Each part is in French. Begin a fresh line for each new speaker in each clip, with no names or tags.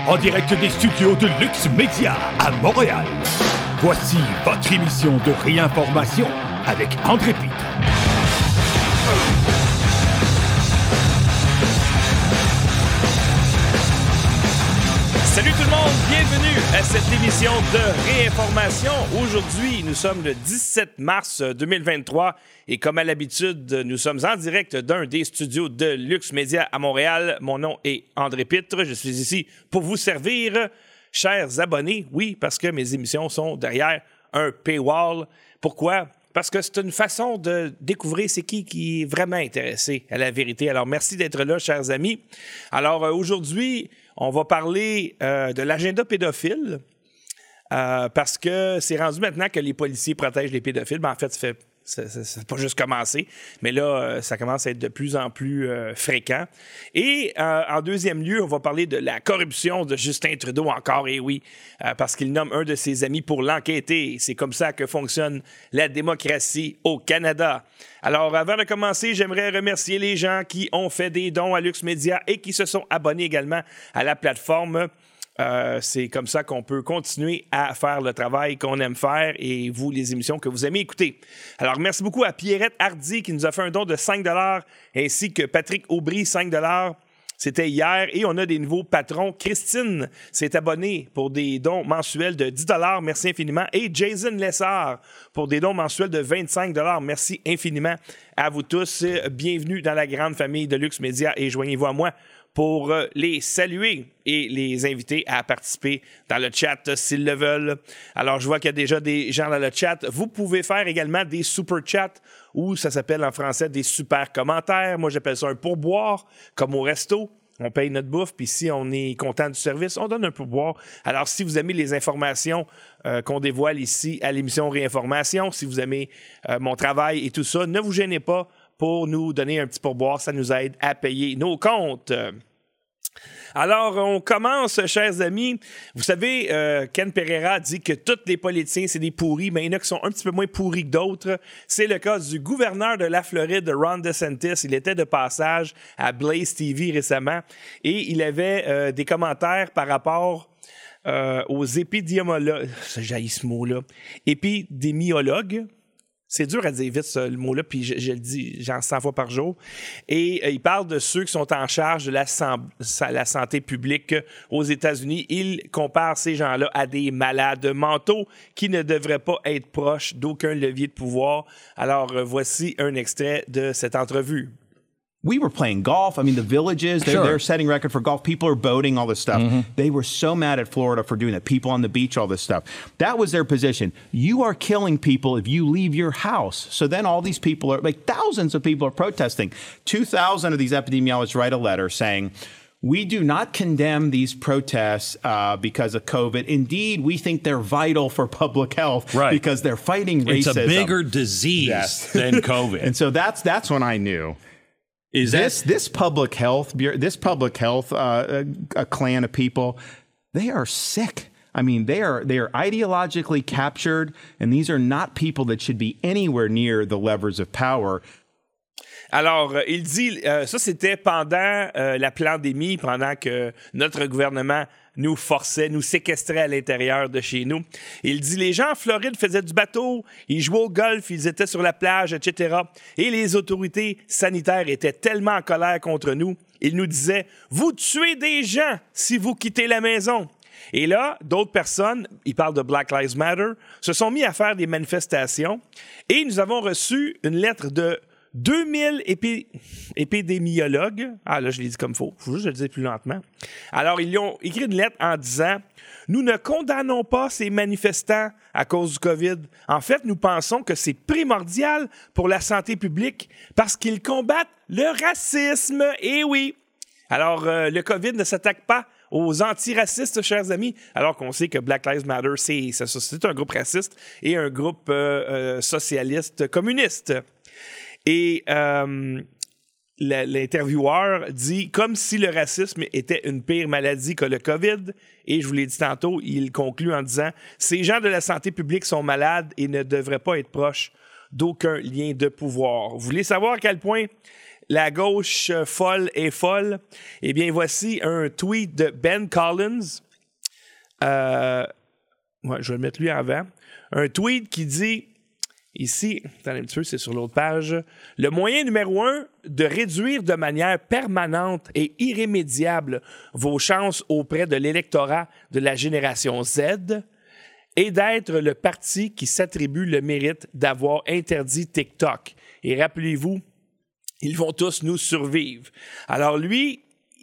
en direct des studios de Lux Media à Montréal. Voici votre émission de réinformation avec André Pitre.
Salut tout le monde, bienvenue à cette émission de réinformation. Aujourd'hui, nous sommes le 17 mars 2023 et comme à l'habitude, nous sommes en direct d'un des studios de Lux Media à Montréal. Mon nom est André Pitre, je suis ici pour vous servir, chers abonnés. Oui, parce que mes émissions sont derrière un paywall. Pourquoi? Parce que c'est une façon de découvrir c'est qui est vraiment intéressé à la vérité. Alors, merci d'être là, chers amis. Alors, aujourd'hui, on va parler de l'agenda pédophile parce que c'est rendu maintenant que les policiers protègent les pédophiles. Ben, en fait, ça n'a pas juste commencé, mais là, ça commence à être de plus en plus fréquent. Et en deuxième lieu, on va parler de la corruption de Justin Trudeau encore, et oui, parce qu'il nomme un de ses amis pour l'enquêter. C'est comme ça que fonctionne la démocratie au Canada. Alors, avant de commencer, j'aimerais remercier les gens qui ont fait des dons à Lux Media et qui se sont abonnés également à la plateforme. C'est comme ça qu'on peut continuer à faire le travail qu'on aime faire et vous, les émissions que vous aimez écouter. Alors, merci beaucoup à Pierrette Hardy qui nous a fait un don de 5 $ ainsi que Patrick Aubry, 5 $. C'était hier et on a des nouveaux patrons. Christine s'est abonnée pour des dons mensuels de 10 $. Merci infiniment. Et Jason Lessard pour des dons mensuels de 25 $. Merci infiniment à vous tous. Bienvenue dans la grande famille de Lux Media et joignez-vous à moi pour les saluer et les inviter à participer dans le chat s'ils le veulent. Alors, je vois qu'il y a déjà des gens dans le chat. Vous pouvez faire également des super chats ou ça s'appelle en français des super commentaires. Moi, j'appelle ça un pourboire, comme au resto. On paye notre bouffe, puis si on est content du service, on donne un pourboire. Alors, si vous aimez les informations qu'on dévoile ici à l'émission Réinformation, si vous aimez mon travail et tout ça, ne vous gênez pas pour nous donner un petit pourboire. Ça nous aide à payer nos comptes. Alors, on commence, chers amis. Vous savez, Ken Pereira dit que tous les politiciens, c'est des pourris, mais il y en a qui sont un petit peu moins pourris que d'autres. C'est le cas du gouverneur de la Floride, Ron DeSantis. Il était de passage à Blaze TV récemment et il avait des commentaires par rapport aux épidémiologues. J'ai ce mot-là. Épidémiologues. C'est dur à dire vite, le mot-là, puis je le dis genre 100 fois par jour. Et il parle de ceux qui sont en charge de la santé publique aux États-Unis. Il compare ces gens-là à des malades mentaux qui ne devraient pas être proches d'aucun levier de pouvoir. Alors, voici un extrait de cette entrevue.
We were playing golf. I mean, the villages, they're setting record for golf. People are boating, all this stuff. Mm-hmm. They were so mad at Florida for doing that. People on the beach, all this stuff. That was their position. You are killing people if you leave your house. So then all these people are, like thousands of people are protesting. 2,000 of these epidemiologists write a letter saying, we do not condemn these protests because of COVID. Indeed, we think they're vital for public health because they're fighting racism.
It's a bigger disease than COVID.
And so that's when I knew. Is this public health a clan of people? They are sick. I mean, they are ideologically captured, and these are not people that should be anywhere near the levers of power.
Alors, il dit, ça c'était pendant la pandémie, pendant que notre gouvernement nous forçait, nous séquestrait à l'intérieur de chez nous. Il dit, les gens en Floride faisaient du bateau, ils jouaient au golf, ils étaient sur la plage, etc. Et les autorités sanitaires étaient tellement en colère contre nous, ils nous disaient, vous tuez des gens si vous quittez la maison. Et là, d'autres personnes, ils parlent de Black Lives Matter, se sont mis à faire des manifestations et nous avons reçu une lettre de 2000 épidémiologues. Ah là, je l'ai dit comme faux. Faut juste que je le dise plus lentement. Alors, ils ont écrit une lettre en disant « Nous ne condamnons pas ces manifestants à cause du COVID. En fait, nous pensons que c'est primordial pour la santé publique parce qu'ils combattent le racisme. » Eh oui! Alors, le COVID ne s'attaque pas aux antiracistes, chers amis, alors qu'on sait que Black Lives Matter, c'est un groupe raciste et un groupe socialiste communiste. Et l'intervieweur dit comme si le racisme était une pire maladie que le COVID. Et je vous l'ai dit tantôt, il conclut en disant « Ces gens de la santé publique sont malades et ne devraient pas être proches d'aucun lien de pouvoir. » Vous voulez savoir à quel point la gauche folle est folle, eh bien, voici un tweet de Ben Collins. Ouais, je vais le mettre lui avant. Un tweet qui dit, ici, attendez un petit peu, c'est sur l'autre page, « Le moyen numéro 1 de réduire de manière permanente et irrémédiable vos chances auprès de l'électorat de la génération Z est d'être le parti qui s'attribue le mérite d'avoir interdit TikTok. Et rappelez-vous, ils vont tous nous survivre. » Alors lui,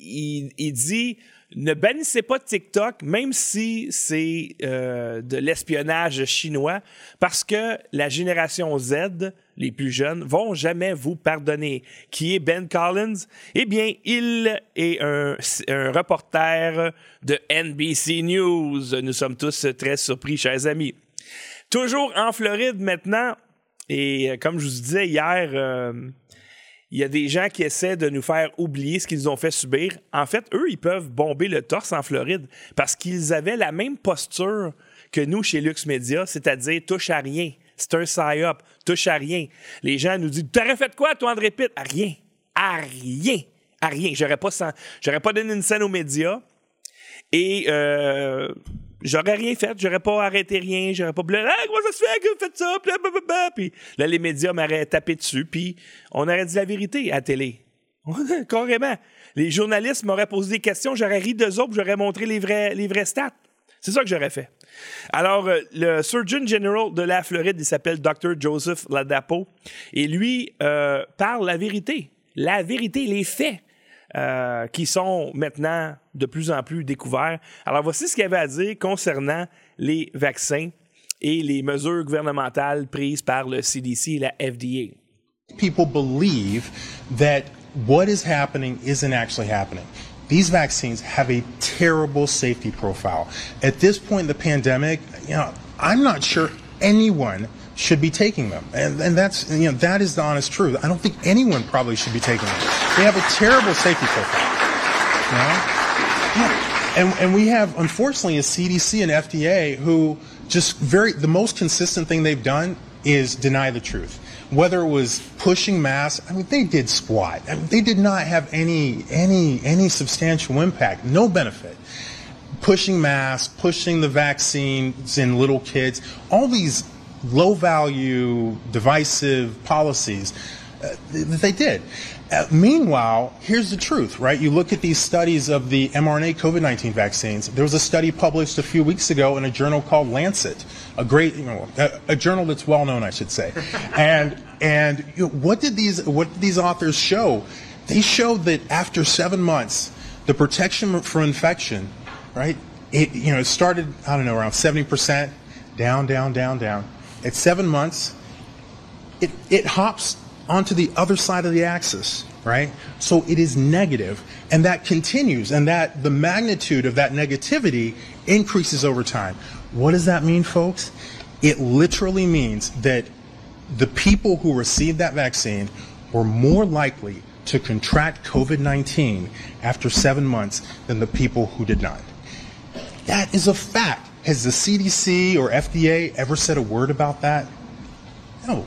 il dit... Ne bannissez pas TikTok, même si c'est de l'espionnage chinois, parce que la génération Z, les plus jeunes, vont jamais vous pardonner. Qui est Ben Collins? Eh bien, il est un reporter de NBC News. Nous sommes tous très surpris, chers amis. Toujours en Floride maintenant, et comme je vous disais hier... il y a des gens qui essaient de nous faire oublier ce qu'ils ont fait subir. En fait, eux, ils peuvent bomber le torse en Floride parce qu'ils avaient la même posture que nous chez Lux Media, c'est-à-dire touche à rien. C'est un psy-up, touche à rien. Les gens nous disent « T'aurais fait quoi, toi, André Pitt? » À rien. À rien. À rien. J'aurais pas donné une scène aux médias et j'aurais rien fait. J'aurais pas arrêté rien. J'aurais pas bleu. « Comment ça se fait que vous faites ça? » Puis là, les médias m'auraient tapé dessus. Puis on aurait dit la vérité à la télé. Carrément. Les journalistes m'auraient posé des questions. J'aurais ri d'eux autres. J'aurais montré les vrais stats. C'est ça que j'aurais fait. Alors, le Surgeon General de la Floride, il s'appelle Dr. Joseph Ladapo. Et lui parle la vérité. La vérité, les faits. Qui sont maintenant de plus en plus découverts. Alors, voici ce qu'il y avait à dire concernant les vaccins et les mesures gouvernementales prises par le CDC et la FDA.
People believe that what is happening isn't actually happening. These vaccines have a terrible safety profile. At this point in the pandemic, I'm not sure anyone should be taking them. And that's, that is the honest truth. I don't think anyone probably should be taking them. They have a terrible safety profile. And we have, unfortunately, a CDC and FDA who the most consistent thing they've done is deny the truth. Whether it was pushing masks, they did squat. They did not have any substantial impact, no benefit. Pushing masks, pushing the vaccines in little kids, all these low-value, divisive policies they did. Meanwhile, here's the truth, right? You look at these studies of the mRNA COVID-19 vaccines. There was a study published a few weeks ago in a journal called Lancet, a journal that's well known, I should say. And what did these authors show? They showed that after 7 months, the protection for infection, right? It started, around 70%, down. At 7 months, it hops onto the other side of the axis, right? So it is negative, and that continues, and that the magnitude of that negativity increases over time. What does that mean, folks? It literally means that the people who received that vaccine were more likely to contract COVID-19 after 7 months than the people who did not. That is a fact. Has the CDC or FDA ever said a word about that? No.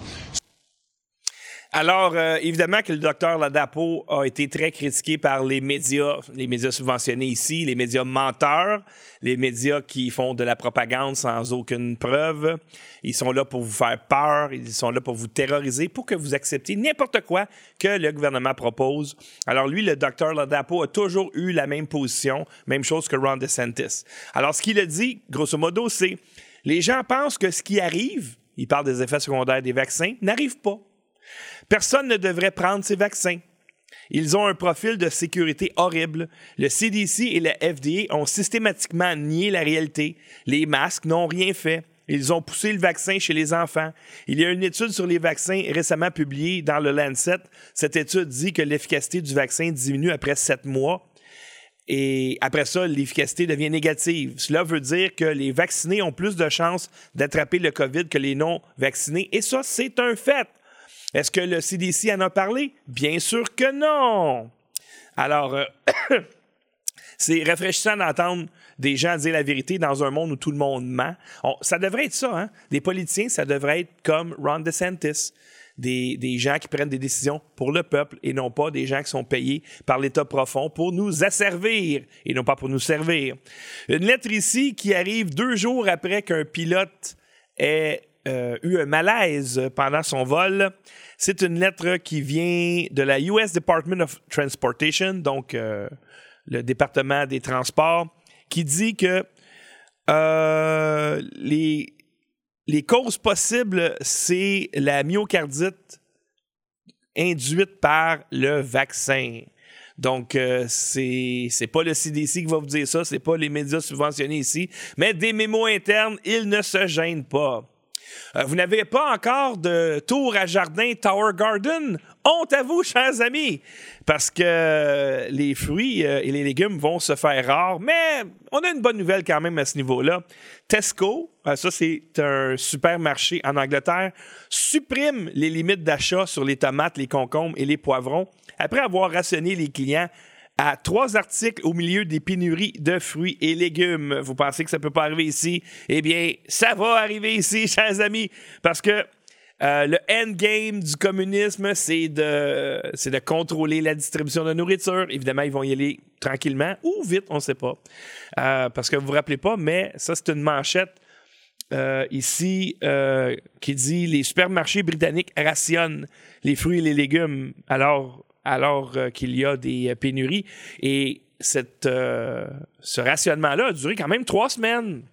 Alors, évidemment que le docteur Ladapo a été très critiqué par les médias subventionnés ici, les médias menteurs, les médias qui font de la propagande sans aucune preuve. Ils sont là pour vous faire peur, ils sont là pour vous terroriser, pour que vous acceptiez n'importe quoi que le gouvernement propose. Alors lui, le docteur Ladapo a toujours eu la même position, même chose que Ron DeSantis. Alors, ce qu'il a dit, grosso modo, c'est « Les gens pensent que ce qui arrive, il parle des effets secondaires des vaccins, n'arrive pas. Personne ne devrait prendre ces vaccins. Ils ont un profil de sécurité horrible. Le CDC et la FDA ont systématiquement nié la réalité. Les masques n'ont rien fait. Ils ont poussé le vaccin chez les enfants. Il y a une étude sur les vaccins récemment publiée dans le Lancet. Cette étude dit que l'efficacité du vaccin diminue après 7 mois. Et après ça, l'efficacité devient négative. Cela veut dire que les vaccinés ont plus de chances d'attraper le COVID que les non-vaccinés. Et ça, c'est un fait. Est-ce que le CDC en a parlé? Bien sûr que non! Alors, c'est rafraîchissant d'entendre des gens dire la vérité dans un monde où tout le monde ment. Ça devrait être ça, hein? Des politiciens, ça devrait être comme Ron DeSantis. des gens qui prennent des décisions pour le peuple et non pas des gens qui sont payés par l'État profond pour nous asservir et non pas pour nous servir. Une lettre ici qui arrive 2 jours après qu'un pilote ait eu un malaise pendant son vol. C'est une lettre qui vient de la US Department of Transportation, donc le département des transports, qui dit que les causes possibles, c'est la myocardite induite par le vaccin. Donc, c'est pas le CDC qui va vous dire ça, c'est pas les médias subventionnés ici, mais des mémos internes, ils ne se gênent pas. Vous n'avez pas encore de tour à jardin Tower Garden? Honte à vous, chers amis! Parce que les fruits et les légumes vont se faire rares, mais on a une bonne nouvelle quand même à ce niveau-là. Tesco, ça c'est un supermarché en Angleterre, supprime les limites d'achat sur les tomates, les concombres et les poivrons après avoir rationné les clients à 3 articles au milieu des pénuries de fruits et légumes. Vous pensez que ça ne peut pas arriver ici? Eh bien, ça va arriver ici, chers amis, parce que le endgame du communisme, c'est de contrôler la distribution de nourriture. Évidemment, ils vont y aller tranquillement ou vite, on ne sait pas. Parce que vous ne vous rappelez pas, mais ça, c'est une manchette ici qui dit « Les supermarchés britanniques rationnent les fruits et les légumes alors qu'il y a des pénuries. » Et ce rationnement-là a duré quand même 3 semaines.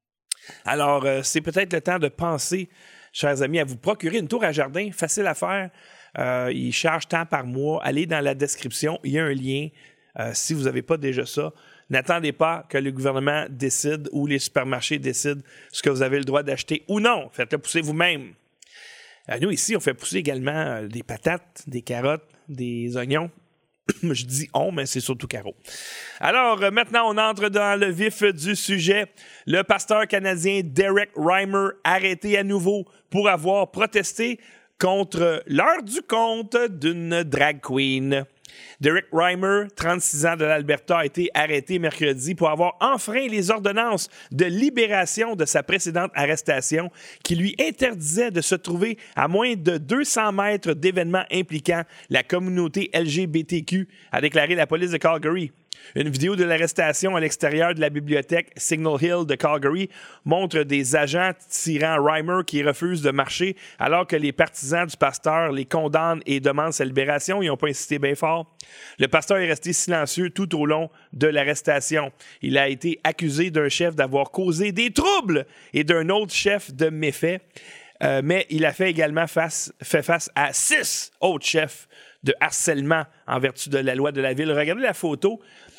Alors, c'est peut-être le temps de penser, chers amis, à vous procurer une tour à jardin, facile à faire. Il charge tant par mois. Allez dans la description, il y a un lien. Si vous n'avez pas déjà ça, n'attendez pas que le gouvernement décide ou les supermarchés décident ce que vous avez le droit d'acheter ou non. Faites-le pousser vous-même. Nous, ici, on fait pousser également des patates, des carottes, des oignons. Je dis on, mais c'est surtout Caro. Alors, maintenant, on entre dans le vif du sujet. Le pasteur canadien Derek Reimer, arrêté à nouveau pour avoir protesté contre l'heure du compte d'une drag queen. Derek Reimer, 36 ans de l'Alberta, a été arrêté mercredi pour avoir enfreint les ordonnances de libération de sa précédente arrestation qui lui interdisait de se trouver à moins de 200 mètres d'événements impliquant la communauté LGBTQ, a déclaré la police de Calgary. Une vidéo de l'arrestation à l'extérieur de la bibliothèque Signal Hill de Calgary montre des agents tirant Reimer qui refusent de marcher alors que les partisans du pasteur les condamnent et demandent sa libération. Ils n'ont pas insisté bien fort. Le pasteur est resté silencieux tout au long de l'arrestation. Il a été accusé d'un chef d'avoir causé des troubles et d'un autre chef de méfaits. Mais il a fait également fait face à 6 autres chefs de harcèlement en vertu de la loi de la ville. Regardez la photo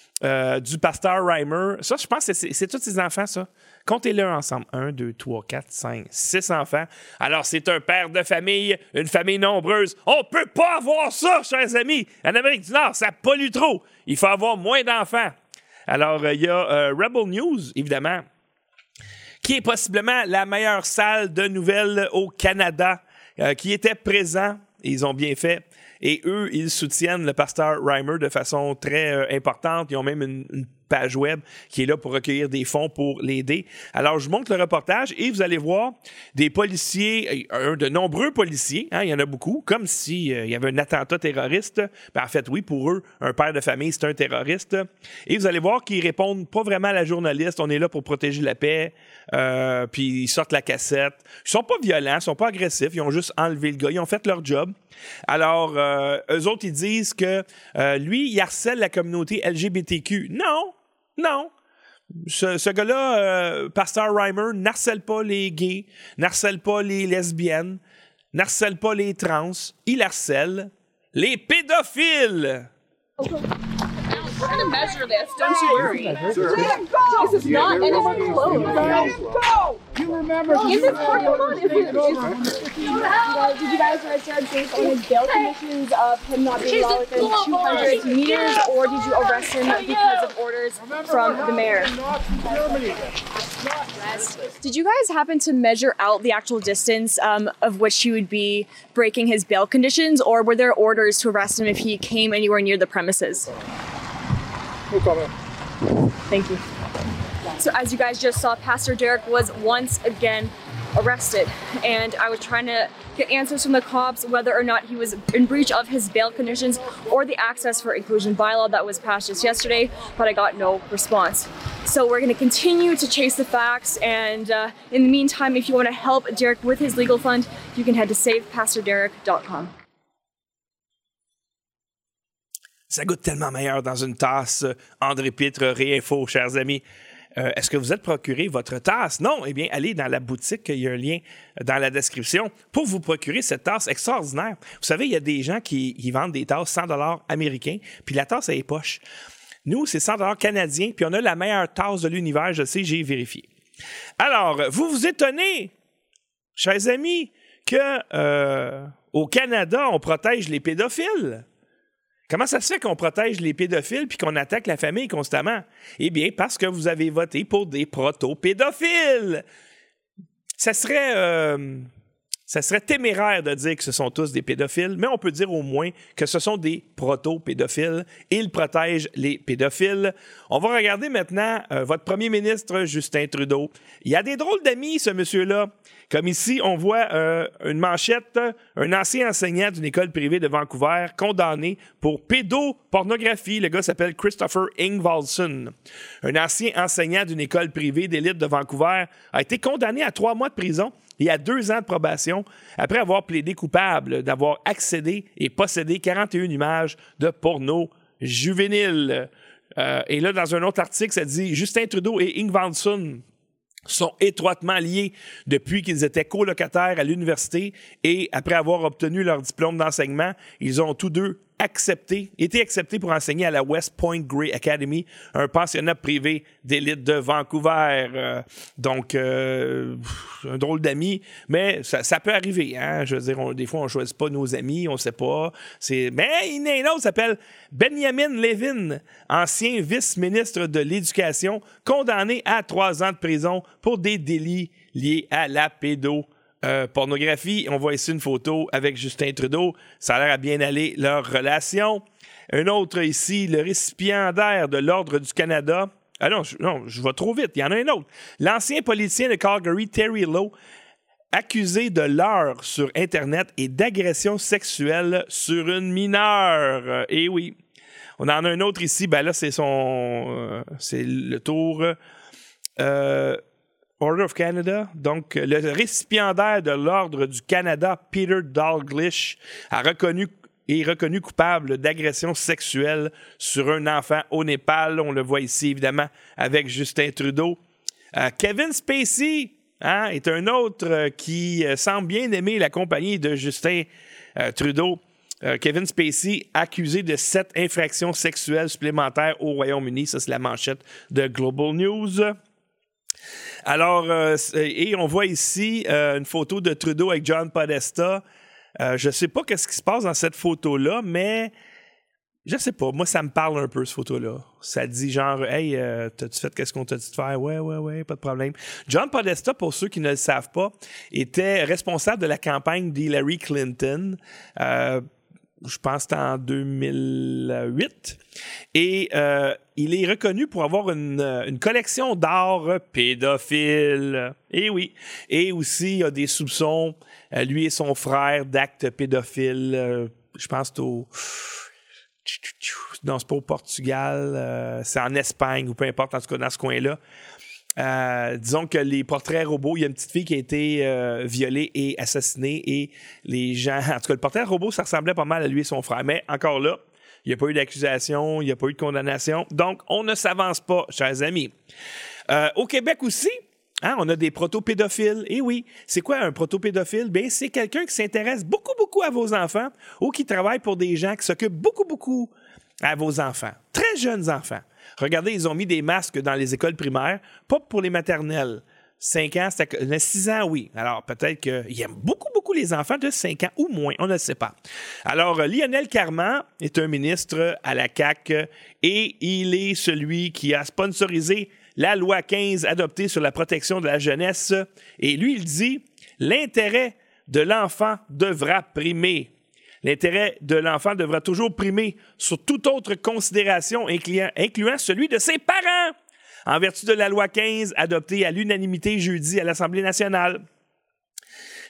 du pasteur Reimer. Ça, je pense que c'est tous ses enfants, ça. Comptez-le ensemble. 1, 2, 3, 4, 5, 6 enfants. Alors, c'est un père de famille, une famille nombreuse. On ne peut pas avoir ça, chers amis. En Amérique du Nord, ça pollue trop. Il faut avoir moins d'enfants. Alors, il y a Rebel News, évidemment, qui est possiblement la meilleure salle de nouvelles au Canada, qui était présent, et ils ont bien fait. Et eux, ils soutiennent le pasteur Reimer de façon très importante. Ils ont même une page web qui est là pour recueillir des fonds pour l'aider. Alors, je vous montre le reportage et vous allez voir des policiers, de nombreux policiers, hein, il y en a beaucoup, comme s'il y avait un attentat terroriste. Ben, en fait, oui, pour eux, un père de famille, c'est un terroriste. Et vous allez voir qu'ils répondent pas vraiment à la journaliste. On est là pour protéger la paix. Puis ils sortent la cassette. Ils sont pas violents, ils sont pas agressifs. Ils ont juste enlevé le gars. Ils ont fait leur job. Alors, eux autres, ils disent que lui, il harcèle la communauté LGBTQ. Non. Ce gars-là, pasteur Reimer, n'harcèle pas les gays, n'harcèle pas les lesbiennes, n'harcèle pas les trans. Il harcèle les pédophiles.
We're going to measure this. Don't you worry. This is not anything close.
You remember.
Is it Pokemon?
Did you guys arrest him based on his bail conditions of him not being well within 200 meters, or did you arrest him because of orders from the mayor?
Did you guys happen to measure out the actual distance of which he would be breaking his bail conditions, or were there orders to arrest him if he came anywhere near the premises?
No comment.
Thank you. So as you guys just saw, Pastor Derek was once again
arrested. And I was trying to get answers from the cops whether or not he was in breach of his bail conditions or the access for inclusion bylaw that was passed just yesterday, but I got no response. So we're going to continue to chase the facts, and in the meantime, if you want to help Derek with his legal fund, you can head to savepastorderek.com.
Ça goûte tellement meilleur dans une tasse. André Pitre, Réinfo, chers amis. Est-ce que vous êtes procuré votre tasse? Non? Eh bien, allez dans la boutique, il y a un lien dans la description pour vous procurer cette tasse extraordinaire. Vous savez, il y a des gens qui vendent des tasses 100 $ américains, puis la tasse, elle est poche. Nous, c'est 100 $ canadiens, puis on a la meilleure tasse de l'univers, je sais, j'ai vérifié. Alors, vous vous étonnez, chers amis, que au Canada, on protège les pédophiles. Comment ça se fait qu'on protège les pédophiles puis qu'on attaque la famille constamment? Eh bien, parce que vous avez voté pour des proto-pédophiles. Ça serait téméraire de dire que ce sont tous des pédophiles, mais on peut dire au moins que ce sont des proto-pédophiles. Ils protègent les pédophiles. On va regarder maintenant votre premier ministre, Justin Trudeau. Il y a des drôles d'amis, ce monsieur-là. Comme ici, on voit une manchette, un ancien enseignant d'une école privée de Vancouver condamné pour pédopornographie. Le gars s'appelle Christopher Ingvaldson. Un ancien enseignant d'une école privée d'élite de Vancouver a été condamné à 3 mois de prison et à 2 ans de probation après avoir plaidé coupable d'avoir accédé et possédé 41 images de porno juvénile. Et là, dans un autre article, ça dit « Justin Trudeau et Ingvaldson sont étroitement liés depuis qu'ils étaient colocataires à l'université et après avoir obtenu leur diplôme d'enseignement, ils ont tous deux été acceptés pour enseigner à la West Point Grey Academy, un pensionnat privé d'élite de Vancouver. Donc, un drôle d'amis, mais ça peut arriver. Hein? Je veux dire, des fois, on ne choisit pas nos amis, on ne sait pas. Mais il y en a un autre qui s'appelle Benjamin Levin, ancien vice-ministre de l'Éducation, condamné à 3 ans de prison pour des délits liés à la pornographie. On voit ici une photo avec Justin Trudeau. Ça a l'air à bien aller, leur relation. Un autre ici, le récipiendaire de l'Ordre du Canada. Ah non, je vais trop vite. Il y en a un autre. L'ancien politicien de Calgary, Terry Lowe, accusé de leurre sur Internet et d'agression sexuelle sur une mineure. Eh oui. On en a un autre ici. Ben là, c'est le tour... Order of Canada, donc le récipiendaire de l'Ordre du Canada, Peter Dalglish, est reconnu coupable d'agression sexuelle sur un enfant au Népal. On le voit ici, évidemment, avec Justin Trudeau. Kevin Spacey est un autre qui semble bien aimer la compagnie de Justin Trudeau. Kevin Spacey, accusé de 7 infractions sexuelles supplémentaires au Royaume-Uni. Ça, c'est la manchette de Global News. Alors, et on voit ici une photo de Trudeau avec John Podesta. Je ne sais pas qu'est-ce qui se passe dans cette photo-là, mais je sais pas. Moi, ça me parle un peu, cette photo-là. Ça dit genre, « Hey, t'as-tu fait qu'est-ce qu'on t'a dit de faire? » Ouais, pas de problème. John Podesta, pour ceux qui ne le savent pas, était responsable de la campagne d'Hillary Clinton. Je pense que c'était en 2008. Et il est reconnu pour avoir une collection d'art pédophile. Et oui. Et aussi, il y a des soupçons, lui et son frère, d'actes pédophiles. Je pense que c'est au... Non, c'est pas au Portugal. C'est en Espagne, ou peu importe, en tout cas, dans ce coin-là. Disons que les portraits robots, il y a une petite fille qui a été violée et assassinée et les gens... En tout cas, le portrait robot, ça ressemblait pas mal à lui et son frère. Mais encore là, il n'y a pas eu d'accusation, il n'y a pas eu de condamnation. Donc, on ne s'avance pas, chers amis. Au Québec aussi, on a des proto-pédophiles. Et oui, c'est quoi un proto-pédophile? Bien, c'est quelqu'un qui s'intéresse beaucoup à vos enfants ou qui travaille pour des gens qui s'occupent beaucoup à vos enfants. Très jeunes enfants. Regardez, ils ont mis des masques dans les écoles primaires, pas pour les maternelles. 5 ans, 6 ans, oui. Alors, peut-être qu'ils aiment beaucoup les enfants de 5 ans ou moins, on ne le sait pas. Alors, Lionel Carman est un ministre à la CAQ et il est celui qui a sponsorisé la loi 15 adoptée sur la protection de la jeunesse. Et lui, il dit « L'intérêt de l'enfant devra primer. L'intérêt de l'enfant devra toujours primer sur toute autre considération, incluant celui de ses parents, en vertu de la loi 15 adoptée à l'unanimité jeudi à l'Assemblée nationale. »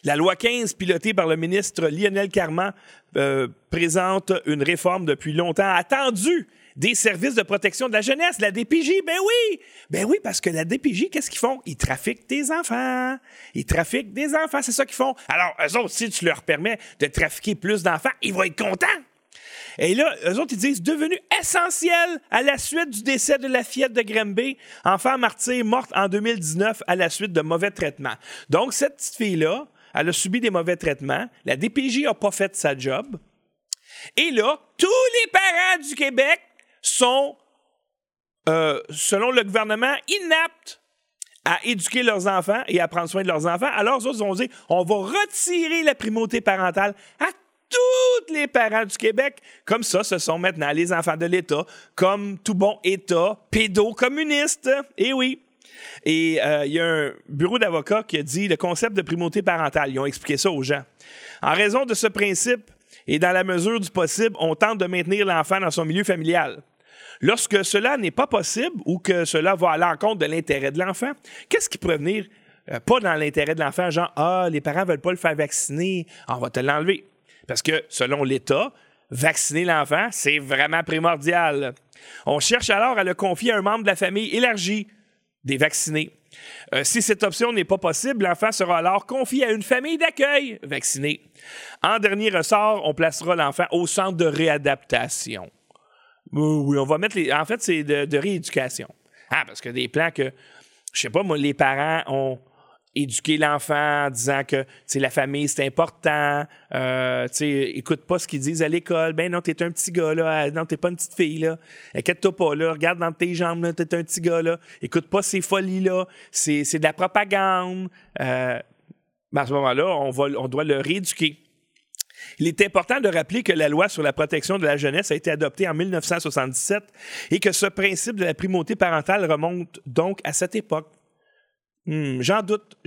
La loi 15, pilotée par le ministre Lionel Carman, présente une réforme depuis longtemps attendue des services de protection de la jeunesse, la DPJ. Ben oui, parce que la DPJ, qu'est-ce qu'ils font? Ils trafiquent des enfants. C'est ça qu'ils font. Alors, eux autres, si tu leur permets de trafiquer plus d'enfants, ils vont être contents. Et là, eux autres, ils disent, devenu essentiel à la suite du décès de la fillette de Granby, enfant martyr morte en 2019 à la suite de mauvais traitements. Donc, cette petite fille-là, elle a subi des mauvais traitements. La DPJ n'a pas fait sa job. Et là, tous les parents du Québec sont, selon le gouvernement, inaptes à éduquer leurs enfants et à prendre soin de leurs enfants. Alors, eux autres, ils ont dit, on va retirer la primauté parentale à tous les parents du Québec. Comme ça, ce sont maintenant les enfants de l'État, comme tout bon État pédocommuniste. Eh oui. Et il y a un bureau d'avocats qui a dit le concept de primauté parentale. Ils ont expliqué ça aux gens. En raison de ce principe et dans la mesure du possible, on tente de maintenir l'enfant dans son milieu familial. Lorsque cela n'est pas possible ou que cela va à l'encontre de l'intérêt de l'enfant, qu'est-ce qui pourrait venir pas dans l'intérêt de l'enfant, genre « Ah, les parents ne veulent pas le faire vacciner, on va te l'enlever. » Parce que, selon l'État, vacciner l'enfant, c'est vraiment primordial. On cherche alors à le confier à un membre de la famille élargie des vaccinés. Si cette option n'est pas possible, l'enfant sera alors confié à une famille d'accueil vaccinée. En dernier ressort, on placera l'enfant au centre de réadaptation. Oui, on va mettre en fait, c'est de rééducation. Parce que des plans que, je sais pas, moi, les parents ont éduqué l'enfant en disant que la famille, c'est important. Écoute pas ce qu'ils disent à l'école. Ben non, t'es un petit gars, là. Non, t'es pas une petite fille, là. Inquiète-toi pas, là. Regarde dans tes jambes, là. T'es un petit gars, là. Écoute pas ces folies-là. C'est de la propagande. À ce moment-là, on doit le rééduquer. Il est important de rappeler que la loi sur la protection de la jeunesse a été adoptée en 1977 et que ce principe de la primauté parentale remonte donc à cette époque. J'en doute.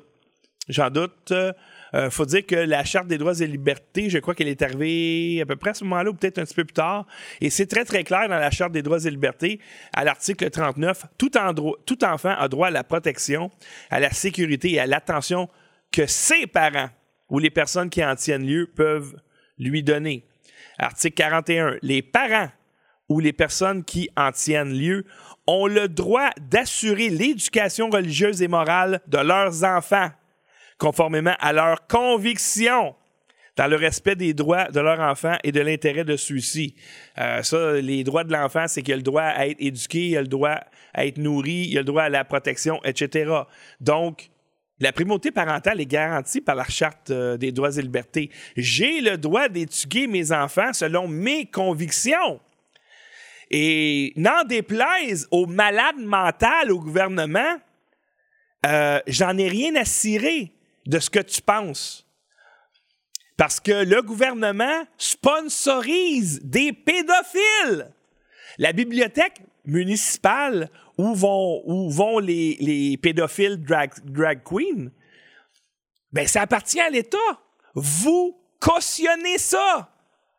Faut dire que la Charte des droits et libertés, je crois qu'elle est arrivée à peu près à ce moment-là ou peut-être un petit peu plus tard. Et c'est très, très clair dans la Charte des droits et libertés, à l'article 39, tout enfant a droit à la protection, à la sécurité et à l'attention que ses parents ou les personnes qui en tiennent lieu peuvent lui donner. Article 41, les parents ou les personnes qui en tiennent lieu ont le droit d'assurer l'éducation religieuse et morale de leurs enfants, conformément à leurs convictions, dans le respect des droits de leur enfant et de l'intérêt de celui-ci. Ça, les droits de l'enfant, c'est qu'il a le droit à être éduqué, il a le droit à être nourri, il a le droit à la protection, etc. Donc, la primauté parentale est garantie par la Charte des droits et libertés. J'ai le droit d'éduquer mes enfants selon mes convictions. Et n'en déplaise aux malades mentales au gouvernement, j'en ai rien à cirer de ce que tu penses. Parce que le gouvernement sponsorise des pédophiles. La bibliothèque municipale où vont les pédophiles drag queens, ben ça appartient à l'État. Vous cautionnez ça.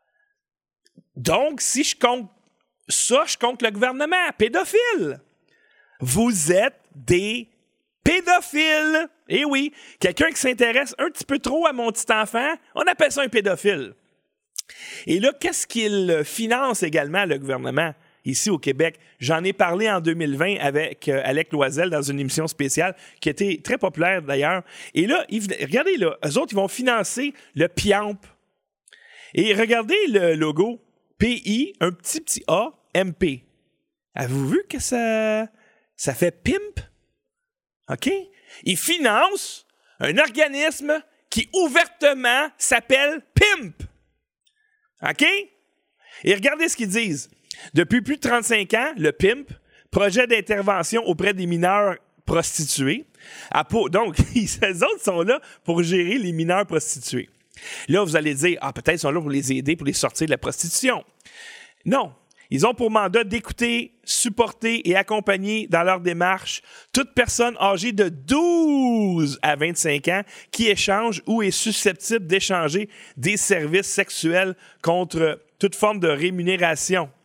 Donc, si je compte ça, je compte le gouvernement. Pédophile. Vous êtes des pédophiles. Eh oui, quelqu'un qui s'intéresse un petit peu trop à mon petit enfant, on appelle ça un pédophile. Et là, qu'est-ce qu'il finance également, le gouvernement, ici au Québec? J'en ai parlé en 2020 avec Alec Loisel dans une émission spéciale qui était très populaire d'ailleurs. Et là, regardez là, eux autres, ils vont financer le PIAMP. Et regardez le logo. P-I, un petit A, M-P. Avez-vous vu que ça fait pimp? OK? Ils financent un organisme qui ouvertement s'appelle PIMP. OK? Et regardez ce qu'ils disent. Depuis plus de 35 ans, le PIMP, projet d'intervention auprès des mineurs prostitués. Donc, les autres sont là pour gérer les mineurs prostitués. Là, vous allez dire, peut-être ils sont là pour les aider, pour les sortir de la prostitution. Non. Ils ont pour mandat d'écouter, supporter et accompagner dans leur démarche toute personne âgée de 12 à 25 ans qui échange ou est susceptible d'échanger des services sexuels contre toute forme de rémunération.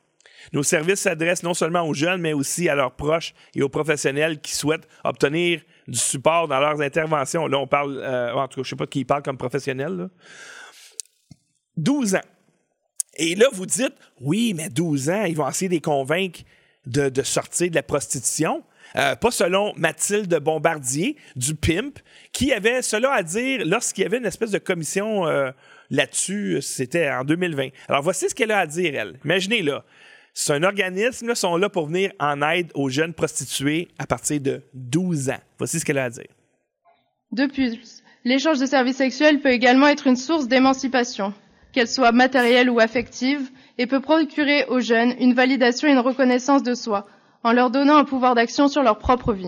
Nos services s'adressent non seulement aux jeunes, mais aussi à leurs proches et aux professionnels qui souhaitent obtenir du support dans leurs interventions. Là, on parle, en tout cas, je ne sais pas de qui parle comme professionnel. Là. 12 ans. Et là, vous dites, oui, mais 12 ans, ils vont essayer de les convaincre de sortir de la prostitution. Pas selon Mathilde Bombardier, du PIMP, qui avait cela à dire lorsqu'il y avait une espèce de commission là-dessus, c'était en 2020. Alors, voici ce qu'elle a à dire, elle. Imaginez, là, c'est un organisme, là, sont là pour venir en aide aux jeunes prostituées à partir de 12 ans. Voici ce qu'elle a à dire.
De plus, l'échange de services sexuels peut également être une source d'émancipation, qu'elle soit matérielle ou affective, et peut procurer aux jeunes une validation et une reconnaissance de soi, en leur donnant un pouvoir d'action sur leur propre vie.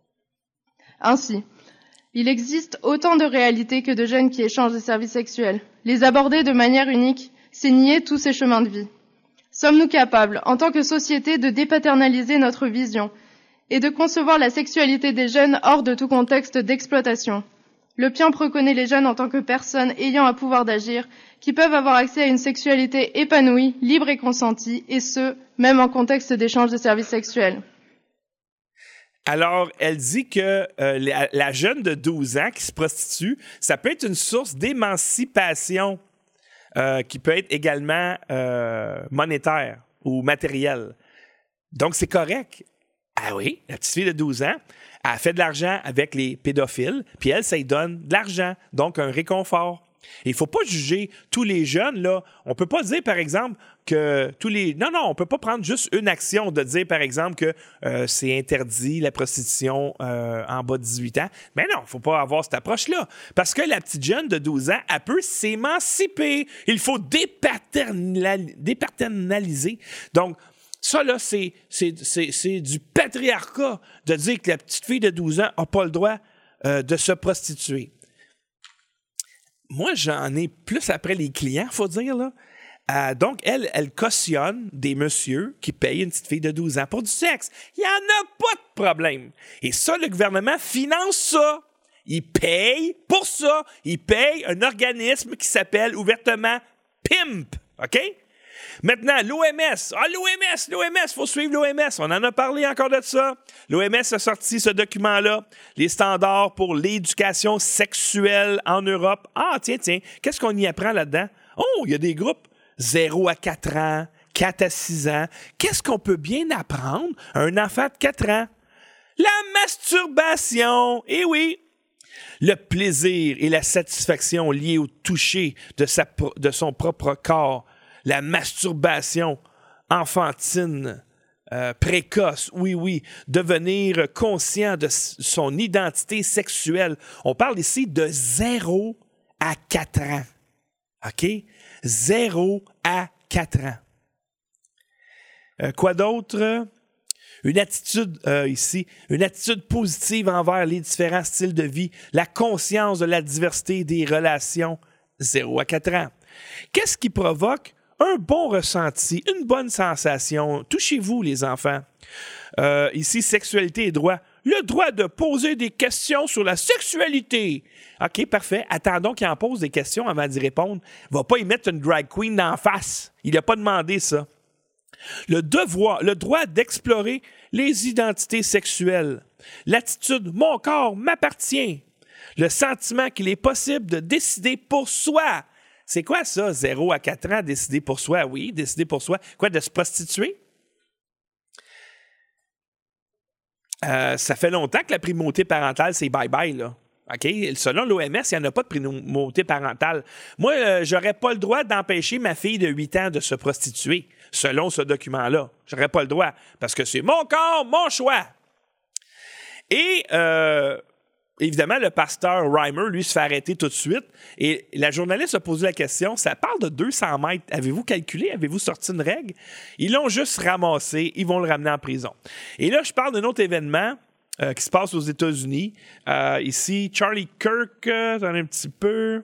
Ainsi, il existe autant de réalités que de jeunes qui échangent des services sexuels. Les aborder de manière unique, c'est nier tous ces chemins de vie. Sommes-nous capables, en tant que société, de dépaternaliser notre vision et de concevoir la sexualité des jeunes hors de tout contexte d'exploitation? Le PIAMP reconnaît les jeunes en tant que personnes ayant un pouvoir d'agir, qui peuvent avoir accès à une sexualité épanouie, libre et consentie, et ce, même en contexte d'échange de services sexuels.
Alors, elle dit que la jeune de 12 ans qui se prostitue, ça peut être une source d'émancipation qui peut être également monétaire ou matérielle. Donc, c'est correct. Ah oui, la petite fille de 12 ans, elle fait de l'argent avec les pédophiles, puis elle, ça lui donne de l'argent, donc un réconfort. Il ne faut pas juger tous les jeunes, là. On ne peut pas dire, par exemple, que tous les... Non, on ne peut pas prendre juste une action de dire, par exemple, que c'est interdit la prostitution en bas de 18 ans. Mais non, il ne faut pas avoir cette approche-là. Parce que la petite jeune de 12 ans, elle peut s'émanciper. Il faut dépaternaliser. Donc, ça, là, c'est du patriarcat de dire que la petite fille de 12 ans n'a pas le droit de se prostituer. Moi, j'en ai plus après les clients, il faut dire, là. Donc, elle cautionne des messieurs qui payent une petite fille de 12 ans pour du sexe. Il n'y en a pas de problème. Et ça, le gouvernement finance ça. Il paye pour ça. Il paye un organisme qui s'appelle ouvertement PIMP. OK? Maintenant, l'OMS. Ah, l'OMS, il faut suivre l'OMS. On en a parlé encore de ça. L'OMS a sorti ce document-là, les standards pour l'éducation sexuelle en Europe. Ah, tiens, qu'est-ce qu'on y apprend là-dedans? Oh, il y a des groupes 0 à 4 ans, 4 à 6 ans. Qu'est-ce qu'on peut bien apprendre à un enfant de 4 ans? La masturbation. Eh oui! Le plaisir et la satisfaction liés au toucher de son propre corps. La masturbation enfantine, précoce, oui, devenir conscient de son identité sexuelle. On parle ici de 0 à 4 ans. OK? 0 à 4 ans. Quoi d'autre? Une attitude ici, une attitude positive envers les différents styles de vie, la conscience de la diversité des relations, 0 à 4 ans. Qu'est-ce qui provoque un bon ressenti, une bonne sensation? Touchez-vous, les enfants. Ici, sexualité et droit. Le droit de poser des questions sur la sexualité. OK, parfait. Attendons qu'il en pose des questions avant d'y répondre. Il ne va pas y mettre une drag queen d'en face. Il n'a pas demandé ça. Le droit d'explorer les identités sexuelles. L'attitude « mon corps m'appartient ». Le sentiment qu'il est possible de décider pour soi. C'est quoi ça, 0 à 4 ans, décider pour soi? Oui, décider pour soi. Quoi, de se prostituer? Ça fait longtemps que la primauté parentale, c'est bye-bye, là. OK? Selon l'OMS, il n'y en a pas de primauté parentale. Moi, j'aurais pas le droit d'empêcher ma fille de 8 ans de se prostituer, selon ce document-là. J'aurais pas le droit, parce que c'est mon corps, mon choix. Et... évidemment, le pasteur Reimer, lui, se fait arrêter tout de suite. Et la journaliste a posé la question, ça parle de 200 mètres. Avez-vous calculé? Avez-vous sorti une règle? Ils l'ont juste ramassé. Ils vont le ramener en prison. Et là, je parle d'un autre événement qui se passe aux États-Unis. Ici, Charlie Kirk, attendez un petit peu.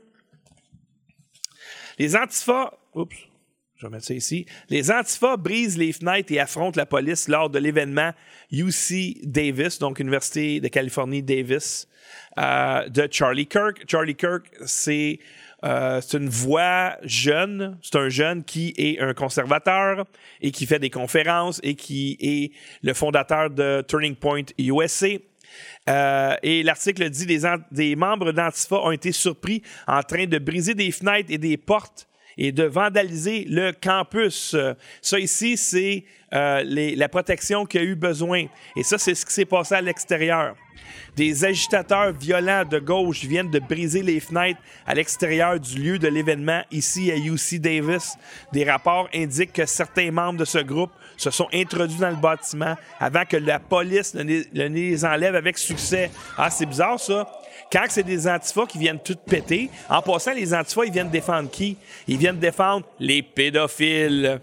Les Antifas... Oups. Je vais mettre ça ici. Les Antifas brisent les fenêtres et affrontent la police lors de l'événement UC Davis, donc Université de Californie Davis, de Charlie Kirk. Charlie Kirk, c'est C'est une voix jeune. C'est un jeune qui est un conservateur et qui fait des conférences et qui est le fondateur de Turning Point USA. Et l'article dit des membres d'Antifa ont été surpris en train de briser des fenêtres et des portes et de vandaliser le campus. Ça ici, c'est la protection qu'il y a eu besoin. Et ça, c'est ce qui s'est passé à l'extérieur. Des agitateurs violents de gauche viennent de briser les fenêtres à l'extérieur du lieu de l'événement ici à UC Davis. Des rapports indiquent que certains membres de ce groupe se sont introduits dans le bâtiment avant que la police ne les enlève avec succès. Ah, c'est bizarre ça. Quand c'est des antifas qui viennent tout péter, en passant, les antifas, ils viennent défendre qui? Ils viennent défendre les pédophiles.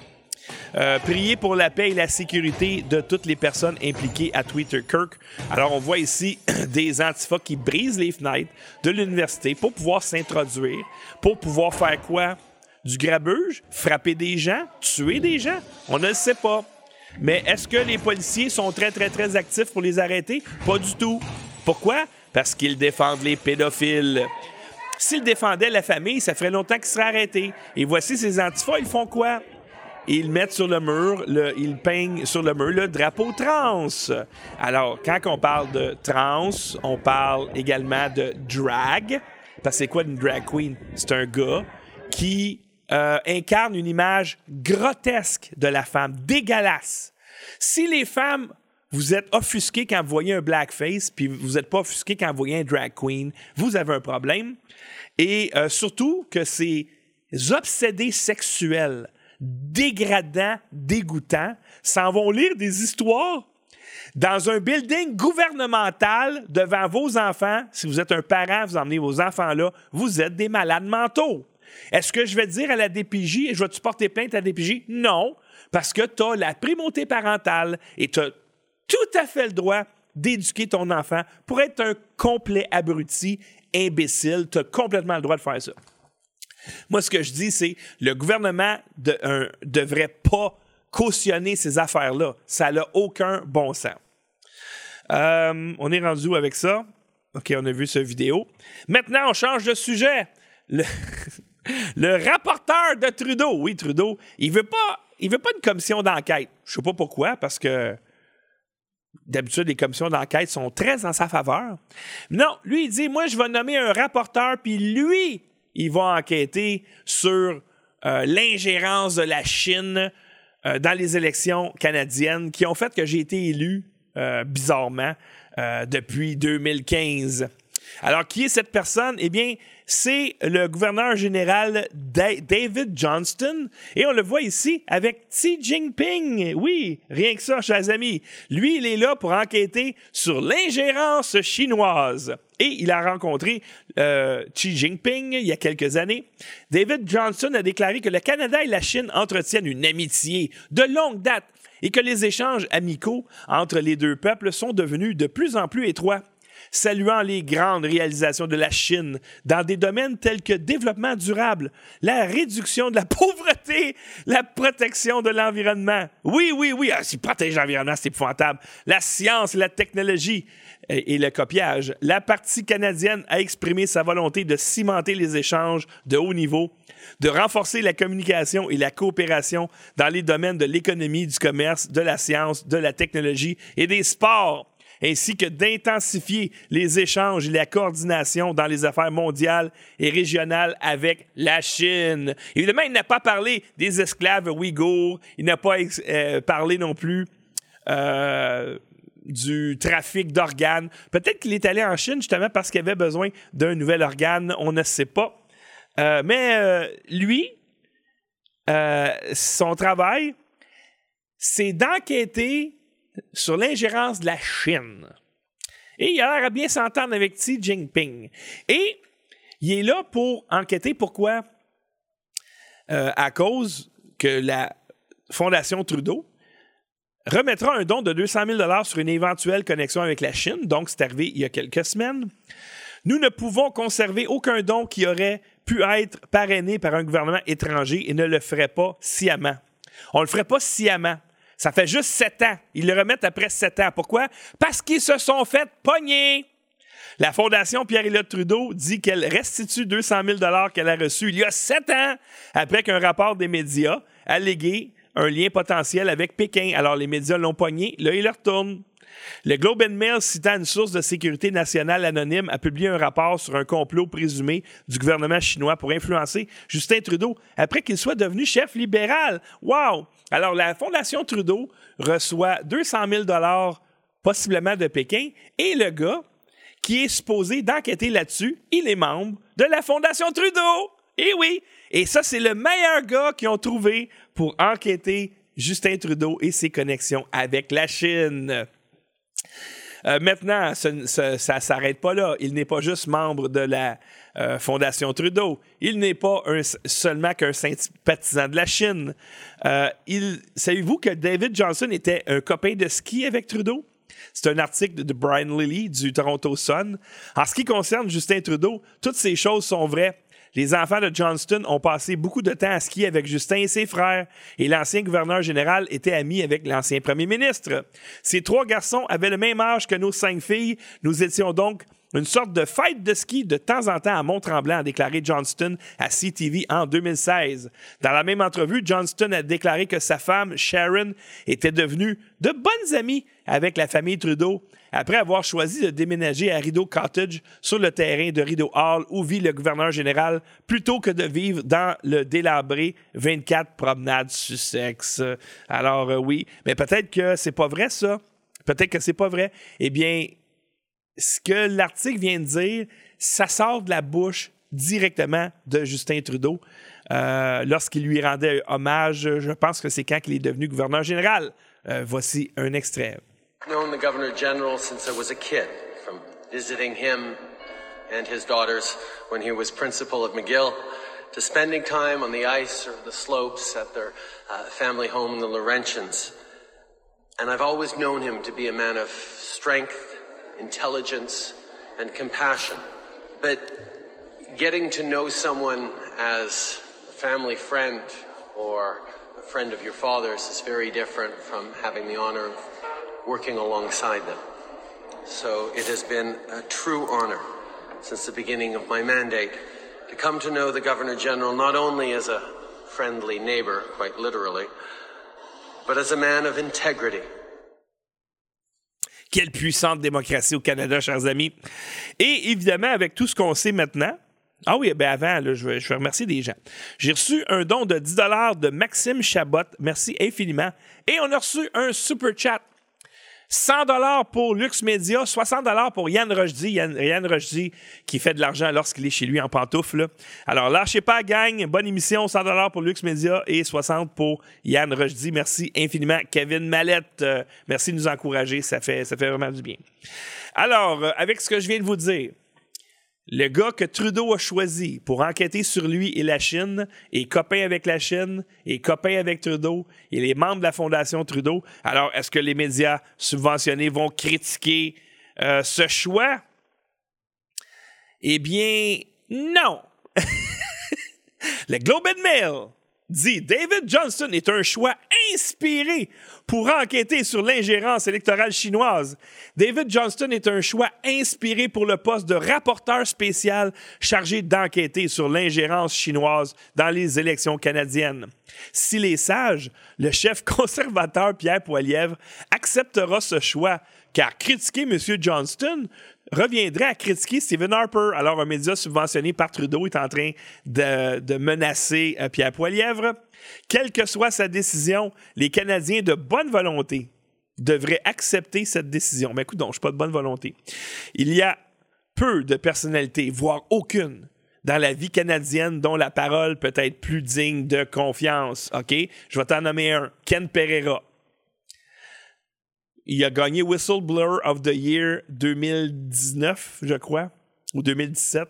Prier pour la paix et la sécurité de toutes les personnes impliquées à Tweeterkirk. Alors, on voit ici des antifas qui brisent les fenêtres de l'université pour pouvoir s'introduire, pour pouvoir faire quoi? Du grabuge? Frapper des gens? Tuer des gens? On ne le sait pas. Mais est-ce que les policiers sont très, très, très actifs pour les arrêter? Pas du tout. Pourquoi? Parce qu'ils défendent les pédophiles. S'ils défendaient la famille, ça ferait longtemps qu'ils seraient arrêtés. Et voici ces antifas, ils font quoi? Ils mettent sur le mur, ils peignent sur le mur le drapeau trans. Alors, quand on parle de trans, on parle également de drag. Parce que c'est quoi une drag queen? C'est un gars qui incarne une image grotesque de la femme, dégueulasse. Si les femmes, vous êtes offusqués quand vous voyez un blackface, puis vous n'êtes pas offusqués quand vous voyez un drag queen, vous avez un problème. Et surtout que ces obsédés sexuels dégradants, dégoûtants, s'en vont lire des histoires dans un building gouvernemental devant vos enfants. Si vous êtes un parent, vous emmenez vos enfants là, vous êtes des malades mentaux. Est-ce que je vais dire à la DPJ, je vais-tu porter plainte à la DPJ? Non, parce que tu as la primauté parentale et tu as tout à fait le droit d'éduquer ton enfant pour être un complet abruti, imbécile. Tu as complètement le droit de faire ça. Moi, ce que je dis, c'est le gouvernement devrait pas cautionner ces affaires-là. Ça n'a aucun bon sens. On est rendu où avec ça? OK, on a vu cette vidéo. Maintenant, on change de sujet. Le rapporteur de Trudeau, oui, Trudeau, il veut pas une commission d'enquête. Je sais pas pourquoi, parce que d'habitude, les commissions d'enquête sont très en sa faveur. Non, lui, il dit, moi, je vais nommer un rapporteur, puis lui, il va enquêter sur l'ingérence de la Chine dans les élections canadiennes qui ont fait que j'ai été élu, bizarrement, depuis 2015. Alors, qui est cette personne? Eh bien, c'est le gouverneur général David Johnston. Et on le voit ici avec Xi Jinping. Oui, rien que ça, chers amis. Lui, il est là pour enquêter sur l'ingérence chinoise. Et il a rencontré Xi Jinping il y a quelques années. David Johnston a déclaré que le Canada et la Chine entretiennent une amitié de longue date et que les échanges amicaux entre les deux peuples sont devenus de plus en plus étroits. Saluant les grandes réalisations de la Chine dans des domaines tels que développement durable, la réduction de la pauvreté, la protection de l'environnement. Oui, si protéger l'environnement, c'est épouvantable. La science, la technologie et le copiage. La partie canadienne a exprimé sa volonté de cimenter les échanges de haut niveau, de renforcer la communication et la coopération dans les domaines de l'économie, du commerce, de la science, de la technologie et des sports, ainsi que d'intensifier les échanges et la coordination dans les affaires mondiales et régionales avec la Chine. Évidemment, il n'a pas parlé des esclaves ouïghours, il n'a pas parlé non plus du trafic d'organes. Peut-être qu'il est allé en Chine justement parce qu'il avait besoin d'un nouvel organe, on ne sait pas. Mais lui, son travail, c'est d'enquêter sur l'ingérence de la Chine. Et il a l'air à bien s'entendre avec Xi Jinping. Et il est là pour enquêter. Pourquoi? À cause que la Fondation Trudeau remettra un don de 200 000 $ sur une éventuelle connexion avec la Chine. Donc, c'est arrivé il y a quelques semaines. Nous ne pouvons conserver aucun don qui aurait pu être parrainé par un gouvernement étranger et ne le ferait pas sciemment. On ne le ferait pas sciemment. Ça fait juste 7 ans. Ils le remettent après 7 ans. Pourquoi? Parce qu'ils se sont fait pogner. La Fondation Pierre-Éliott Trudeau dit qu'elle restitue 200 000 qu'elle a reçus il y a 7 ans après qu'un rapport des médias allégué un lien potentiel avec Pékin. Alors, les médias l'ont pogné, là, il leur retourne. Le Globe and Mail, citant une source de sécurité nationale anonyme, a publié un rapport sur un complot présumé du gouvernement chinois pour influencer Justin Trudeau après qu'il soit devenu chef libéral. Wow! Alors, la Fondation Trudeau reçoit 200 000 possiblement de Pékin, et le gars qui est supposé d'enquêter là-dessus, il est membre de la Fondation Trudeau. Eh oui! Et ça, c'est le meilleur gars qu'ils ont trouvé pour enquêter Justin Trudeau et ses connexions avec la Chine. Maintenant, ça ne s'arrête pas là. Il n'est pas juste membre de la Fondation Trudeau. Il n'est pas seulement qu'un sympathisant de la Chine. Savez-vous que David Johnston était un copain de ski avec Trudeau? C'est un article de Brian Lilley du Toronto Sun. En ce qui concerne Justin Trudeau, toutes ces choses sont vraies. Les enfants de Johnston ont passé beaucoup de temps à skier avec Justin et ses frères, et l'ancien gouverneur général était ami avec l'ancien premier ministre. Ces 3 garçons avaient le même âge que nos 5 filles. Nous étions donc une sorte de fête de ski de temps en temps à Mont-Tremblant, a déclaré Johnston à CTV en 2016. Dans la même entrevue, Johnston a déclaré que sa femme, Sharon, était devenue de bonnes amies avec la famille Trudeau après avoir choisi de déménager à Rideau Cottage sur le terrain de Rideau Hall où vit le gouverneur général plutôt que de vivre dans le délabré 24 Promenade Sussex. Alors oui, mais peut-être que c'est pas vrai ça. Peut-être que c'est pas vrai. Eh bien, ce que l'article vient de dire, ça sort de la bouche directement de Justin Trudeau lorsqu'il lui rendait hommage. Je pense que c'est quand il est devenu gouverneur général. Voici un extrait.
I've known the Governor General since I was a kid, from visiting him and his daughters when he was principal of McGill, to spending time on the ice or the slopes at their family home in the Laurentians. And I've always known him to be a man of strength, intelligence, and compassion. But getting to know someone as a family friend or a friend of your father's is very different from having the honor of working alongside them. So it has been a true honor since the beginning of my mandate to come to know the Governor General not only as a friendly neighbor, quite literally, but as a man of integrity.
Quelle puissante démocratie au Canada, chers amis. Et évidemment, avec tout ce qu'on sait maintenant, ah oui, ben avant, là, je vais remercier des gens. J'ai reçu un don de 10 $ de Maxime Chabot. Merci infiniment. Et on a reçu un super chat. 100 $ pour Lux Media, 60 $ pour Yann Rochdy. Yann Rochdy qui fait de l'argent lorsqu'il est chez lui en pantoufles. Alors, lâchez pas, gang. Bonne émission. 100 $ pour Lux Media et 60 pour Yann Rochdy. Merci infiniment. Kevin Mallette, merci de nous encourager. Ça fait vraiment du bien. Alors, avec ce que je viens de vous dire, le gars que Trudeau a choisi pour enquêter sur lui et la Chine est copain avec la Chine, est copain avec Trudeau, il est membre de la Fondation Trudeau. Alors, est-ce que les médias subventionnés vont critiquer ce choix? Eh bien, non. Le Globe and Mail dit « David Johnston est un choix inspiré pour enquêter sur l'ingérence électorale chinoise. David Johnston est un choix inspiré pour le poste de rapporteur spécial chargé d'enquêter sur l'ingérence chinoise dans les élections canadiennes. S'il est sage, le chef conservateur Pierre Poilievre acceptera ce choix, car critiquer M. Johnston reviendrait à critiquer Stephen Harper. Alors, un média subventionné par Trudeau est en train de menacer Pierre Poilievre. Quelle que soit sa décision, les Canadiens de bonne volonté devraient accepter cette décision. Mais écoute donc, je ne suis pas de bonne volonté. Il y a peu de personnalités, voire aucune, dans la vie canadienne dont la parole peut être plus digne de confiance. OK? Je vais t'en nommer un. Ken Pereira. Il a gagné Whistleblower of the Year 2019, je crois, ou 2017.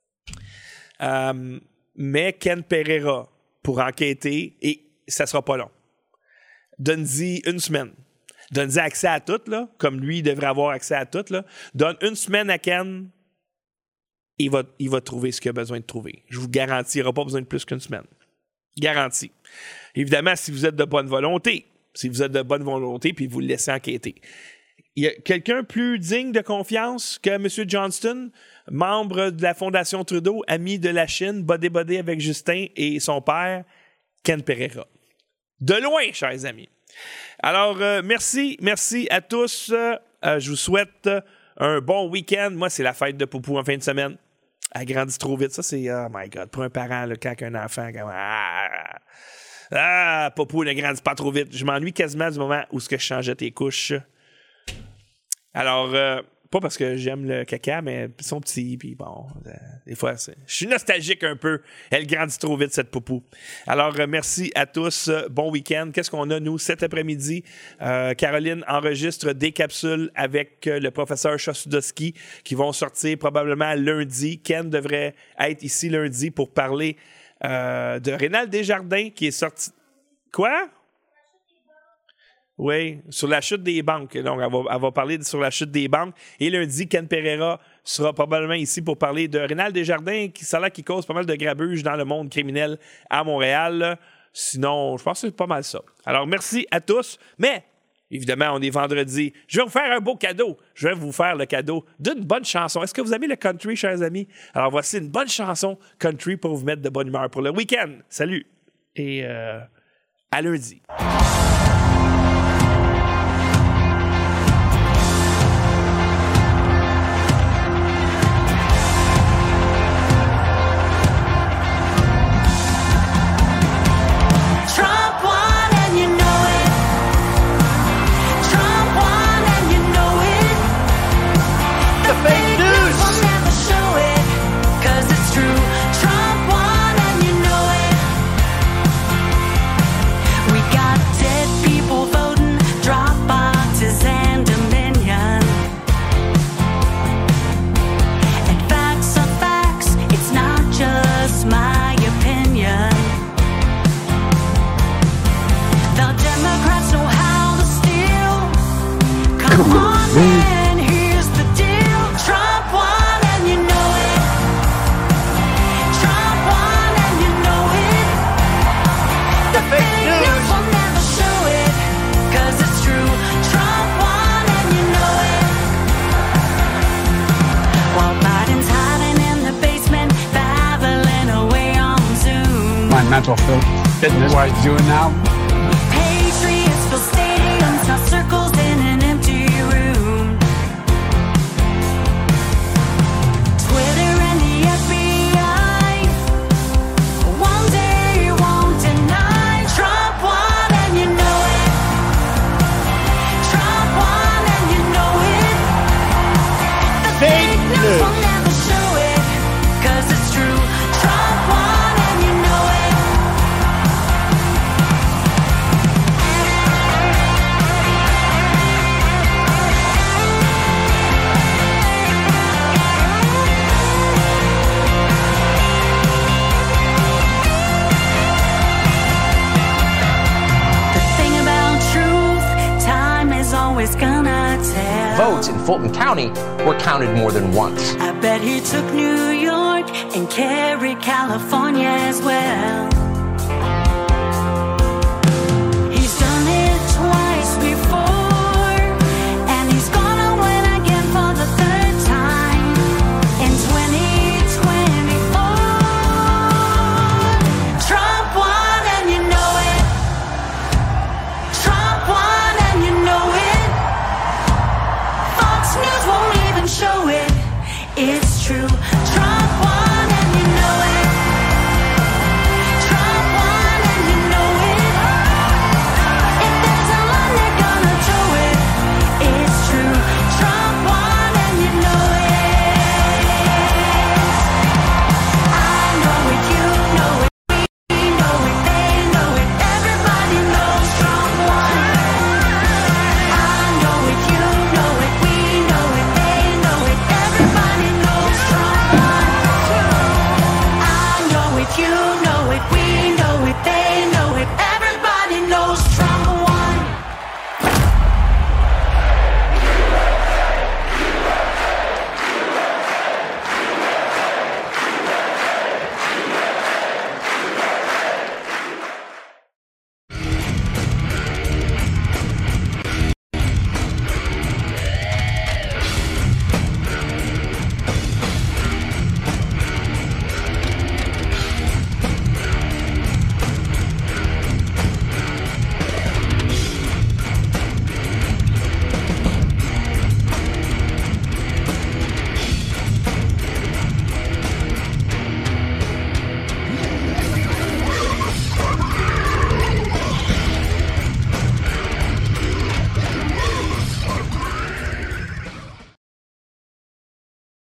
Mais Ken Pereira, pour enquêter, et ça sera pas long. Donne-y une semaine. Donne-y accès à tout, là, comme lui, il devrait avoir accès à tout. Là. Donne une semaine à Ken, il va trouver ce qu'il a besoin de trouver. Je vous garantis, il n'aura pas besoin de plus qu'une semaine. Garanti. Évidemment, si vous êtes de bonne volonté, puis vous le laissez enquêter. il y a quelqu'un plus digne de confiance que M. Johnston, membre de la Fondation Trudeau, ami de la Chine, bodé avec Justin et son père, Ken Pereira. De loin, chers amis. Alors, merci à tous. Je vous souhaite un bon week-end. Moi, c'est la fête de Poupou en fin de semaine. Elle grandit trop vite. Ça, c'est, oh my God, pour un parent, là, quand un enfant, Poupou ne grandit pas trop vite. Je m'ennuie quasiment du moment où je changeais tes couches. Alors, pas parce que j'aime le caca, mais ils sont petits, puis bon, des fois, je suis nostalgique un peu. Elle grandit trop vite, cette Poupou. Alors, merci à tous. Bon week-end. Qu'est-ce qu'on a, nous, cet après-midi? Caroline enregistre des capsules avec le professeur Chasudowski qui vont sortir probablement lundi. Ken devrait être ici lundi pour parler de Rénal Desjardins qui est sorti... Quoi? Oui, sur la chute des banques. Donc, elle va parler sur la chute des banques. Et lundi, Ken Pereira sera probablement ici pour parler de Rénal Desjardins, qui cause pas mal de grabuge dans le monde criminel à Montréal. Sinon, je pense que c'est pas mal ça. Alors, merci à tous. Mais, évidemment, on est vendredi. Je vais vous faire un beau cadeau. Je vais vous faire le cadeau d'une bonne chanson. Est-ce que vous aimez le country, chers amis? Alors, voici une bonne chanson country pour vous mettre de bonne humeur pour le week-end. Salut! Et à lundi.
Mental fitness. What I do now.
Patriots fill stadiums, not circles in an empty room. Twitter and the FBI, one day won't deny. Trump won and you know it. Trump won and you know it. The fake news will never show it, 'cause it's true. Trump won and you know it. Gonna tell.
Votes in Fulton County were counted more than once.
I bet he took New York and carried California as well. He's done it twice before, and he's gonna win again for the third time in 2024. Trump won and you know it. Trump won and you know it. News won't even show it. It's true.